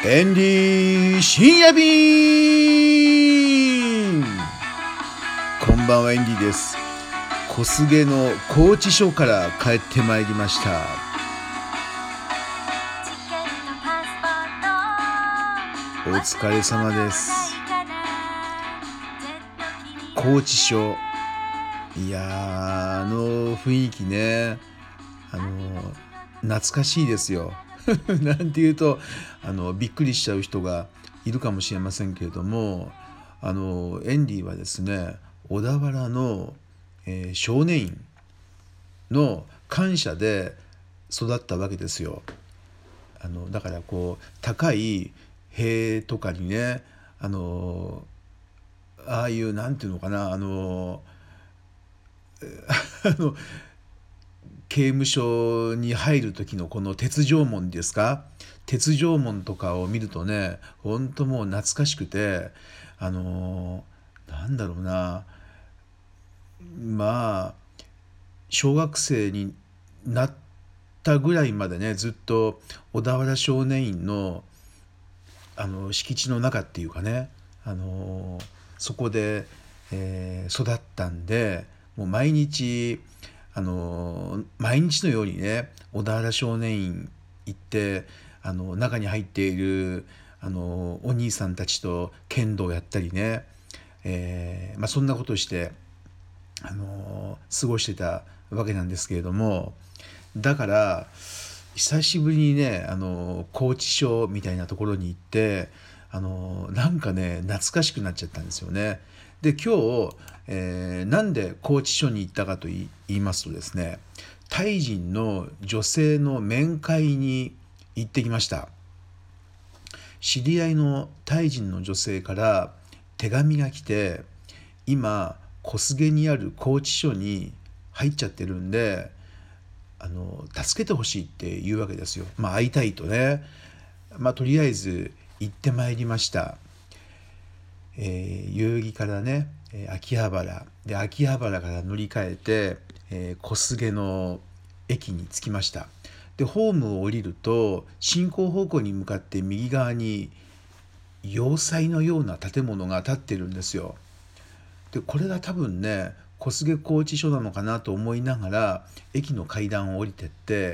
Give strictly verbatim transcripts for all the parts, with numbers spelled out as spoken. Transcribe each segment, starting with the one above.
エンディ深夜便。こんばんは、エンディです。小菅の高知署から帰ってまいりました。お疲れ様です。高知署、いやー、あの雰囲気ね、あの懐かしいですよ。なんていうとあのびっくりしちゃう人がいるかもしれませんけれども、あのエンディはですね、小田原の、えー少年院の官舎で育ったわけですよ。あのだからこう高い塀とかにね、あのああいうなんていうのかな、あのあの刑務所に入る時のこの鉄条門ですか、鉄条門とかを見るとね、ほんともう懐かしくて、あのなんだろうな、まあ小学生になったぐらいまでね、ずっと小田原少年院のあの敷地の中っていうかね、あのそこで、えー育ったんで、もう毎日あの毎日のようにね、小田原少年院行って、あの中に入っているあのお兄さんたちと剣道やったりね、えーまあ、そんなことをしてあの過ごしてたわけなんですけれども、だから久しぶりにね、あの拘置所みたいなところに行って、あのなんかね懐かしくなっちゃったんですよね。で今日、えーなんで拘置所に行ったかと言い言いますとですね、タイ人の女性の面会に行ってきました。知り合いのタイ人の女性から手紙が来て、今小菅にある拘置所に入っちゃってるんで、あの助けてほしいって言うわけですよ。まあ会いたいとね。まあとりあえず行ってまいりました。えー、代々木からね、えー秋葉原で、秋葉原から乗り換えて、えー小菅の駅に着きました。でホームを降りると進行方向に向かって右側に要塞のような建物が建ってるんですよ。でこれが多分ね、小菅拘置所なのかなと思いながら駅の階段を降りてって、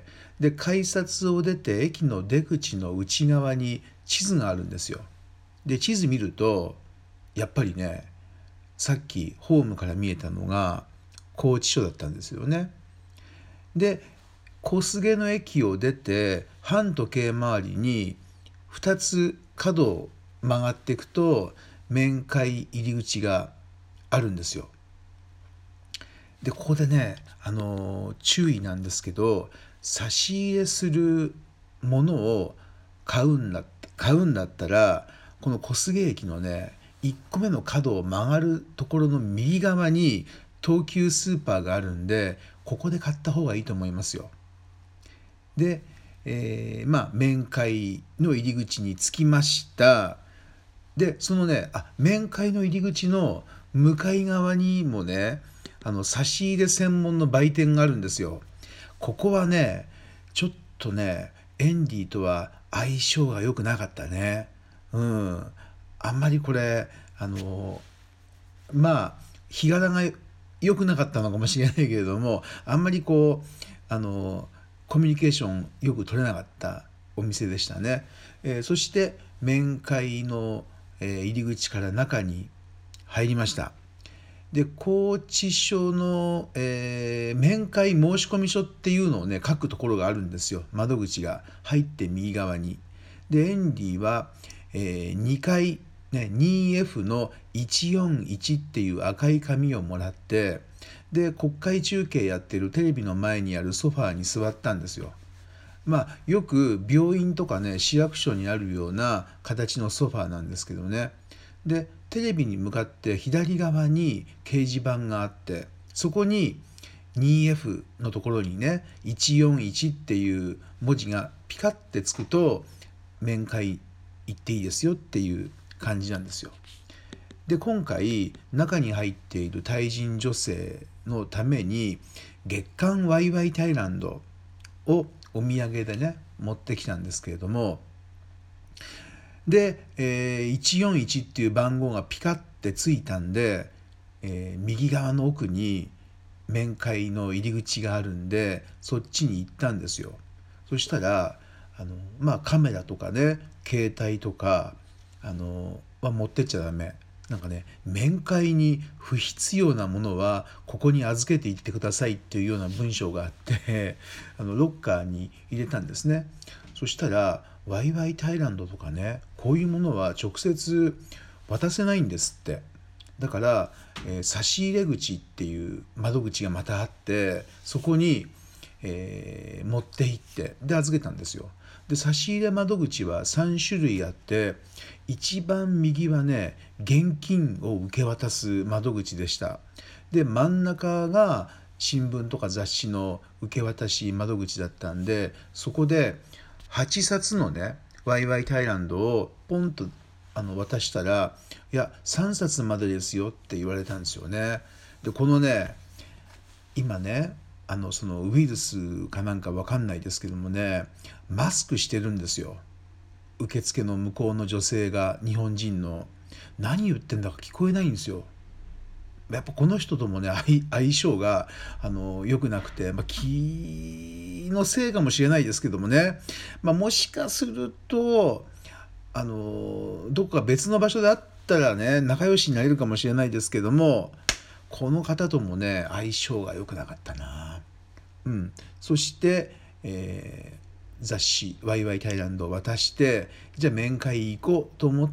で改札を出て駅の出口の内側に地図があるんですよ。で地図見るとやっぱりね、さっきホームから見えたのが拘置所だったんですよね。で小菅の駅を出て反時計回りにふたつ角を曲がっていくと面会入り口があるんですよ。でここでね、あの注意なんですけど、差し入れするものを買うんだ買うんだったら、この小菅駅のねいっこめの角を曲がるところの右側に東急スーパーがあるんで、ここで買った方がいいと思いますよ。で、えーまあ面会の入り口に着きました。でそのね、あ面会の入り口の向かい側にもね、あの差し入れ専門の売店があるんですよ。ここはねちょっとねエンディとは相性が良くなかったね。うんあんまりこれあのまあ日柄が良くなかったのかもしれないけれども、あんまりこうあのコミュニケーションよく取れなかったお店でしたね。えーそして面会の、えー入り口から中に入りました。で拘置所の、えー面会申込書っていうのをね書くところがあるんですよ。窓口が入って右側に。でエンディは、えーにかい、ね、にエフ のいちよんいちっていう赤い紙をもらって、で国会中継やってるテレビの前にあるソファーに座ったんですよ。まあよく病院とかね市役所にあるような形のソファーなんですけどね。でテレビに向かって左側に掲示板があって、そこに にエフ のところにねいちよんいちっていう文字がピカッてつくと面会行っていいですよっていう感じなんですよ。で今回中に入っているタイ人女性のために月刊ワイワイタイランドをお土産でね持ってきたんですけれども、 で、えーいちよんいちっていう番号がピカってついたんで、えー右側の奥に面会の入り口があるんで、そっちに行ったんですよ。そしたらあのまあカメラとかね、携帯とかあのは持ってっちゃダメ。なんかね、面会に不必要なものはここに預けていってくださいっていうような文章があってあのロッカーに入れたんですね。そしたらワイワイタイランドとかね、こういうものは直接渡せないんですって。だから、えー差し入れ口っていう窓口がまたあって、そこに、えー持って行ってで預けたんですよ。で差し入れ窓口はさん種類あって、一番右はね現金を受け渡す窓口でした。で真ん中が新聞とか雑誌の受け渡し窓口だったんで、そこではちさつのねワイワイタイランドをポンとあの渡したら、いやさんさつまでですよって言われたんですよね。でこのね、今ねあのそのウイルスかなんかわかんないですけどもね、マスクしてるんですよ、受付の向こうの女性が。日本人の何言ってんだか聞こえないんですよ。やっぱこの人ともね相相性があの良くなくて、まあ、気のせいかもしれないですけどもね、まあ、もしかするとあのどこか別の場所であったらね仲良しになれるかもしれないですけども、この方ともね相性が良くなかったな。うん、そして、えー雑誌「ワイワイタイランド」を渡して、じゃあ面会行こうと思って、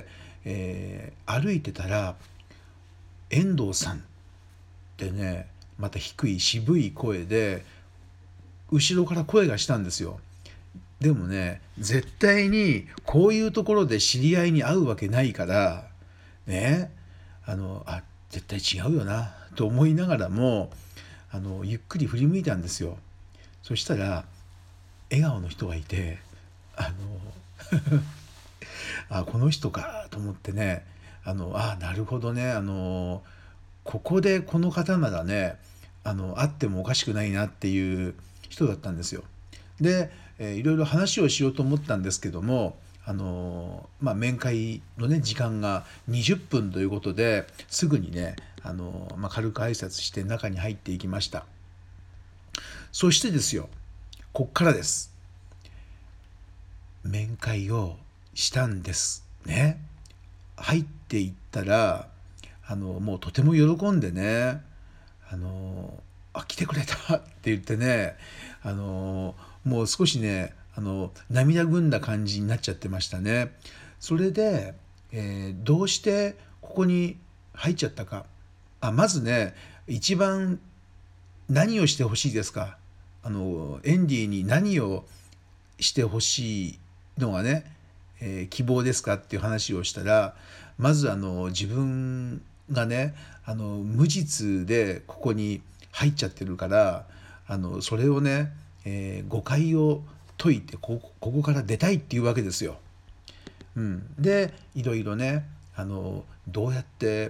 えー歩いてたら遠藤さんってね、また低い渋い声で後ろから声がしたんですよ。でもね絶対にこういうところで知り合いに会うわけないからね、あのあ絶対違うよなと思いながらもあのゆっくり振り向いたんですよ。そしたら笑顔の人がいて、あのあこの人かと思ってね、あのあなるほどね、あのここでこの方ならねあの会ってもおかしくないなっていう人だったんですよ。で、えーいろいろ話をしようと思ったんですけども、あのまあ、面会のね時間がにじゅっぷんということですぐにね、あのまあ、軽く挨拶して中に入っていきました。そしてですよ、こっからです。面会をしたんですね。入っていったらあのもうとても喜んでね、あのあ来てくれたって言ってね、あのもう少しねあの涙ぐんだ感じになっちゃってましたね。それで、えーどうしてここに入っちゃったか。あまずね、一番何をしてほしいですか、あのエンディに何をしてほしいのがね、えー希望ですかっていう話をしたら、まずあの自分がねあの無実でここに入っちゃってるから、あのそれをね、えー誤解を解いてここここから出たいっていうわけですよ。うん、でいろいろねあのどうやって、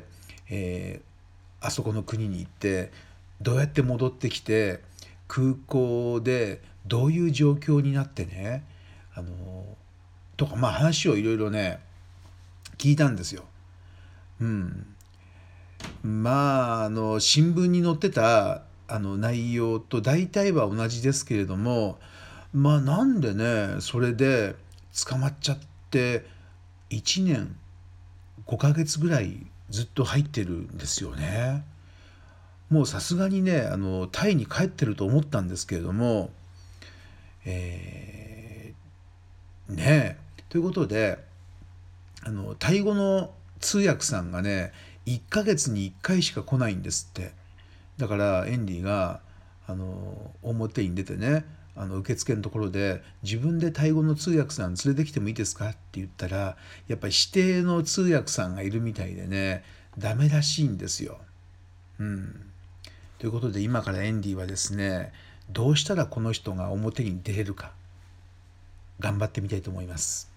えーあそこの国に行ってどうやって戻ってきて空港でどういう状況になってね、あのとかまあ話をいろいろね聞いたんですよ。うん、まああの新聞に載ってたあの内容と大体は同じですけれども、まあなんでねそれで捕まっちゃっていちねんごかげつぐらいずっと入ってるんですよね。もうさすがにねあのタイに帰ってると思ったんですけれども、えーねえということであのタイ語の通訳さんがねいっかげつにいっかいしか来ないんですって。だからエンディがあの表に出てね、あの受付のところで自分でタイ語の通訳さん連れてきてもいいですかって言ったら、やっぱり指定の通訳さんがいるみたいでねダメらしいんですよ。うん、ということで今からエンディはですね、どうしたらこの人が表に出れるか頑張ってみたいと思います。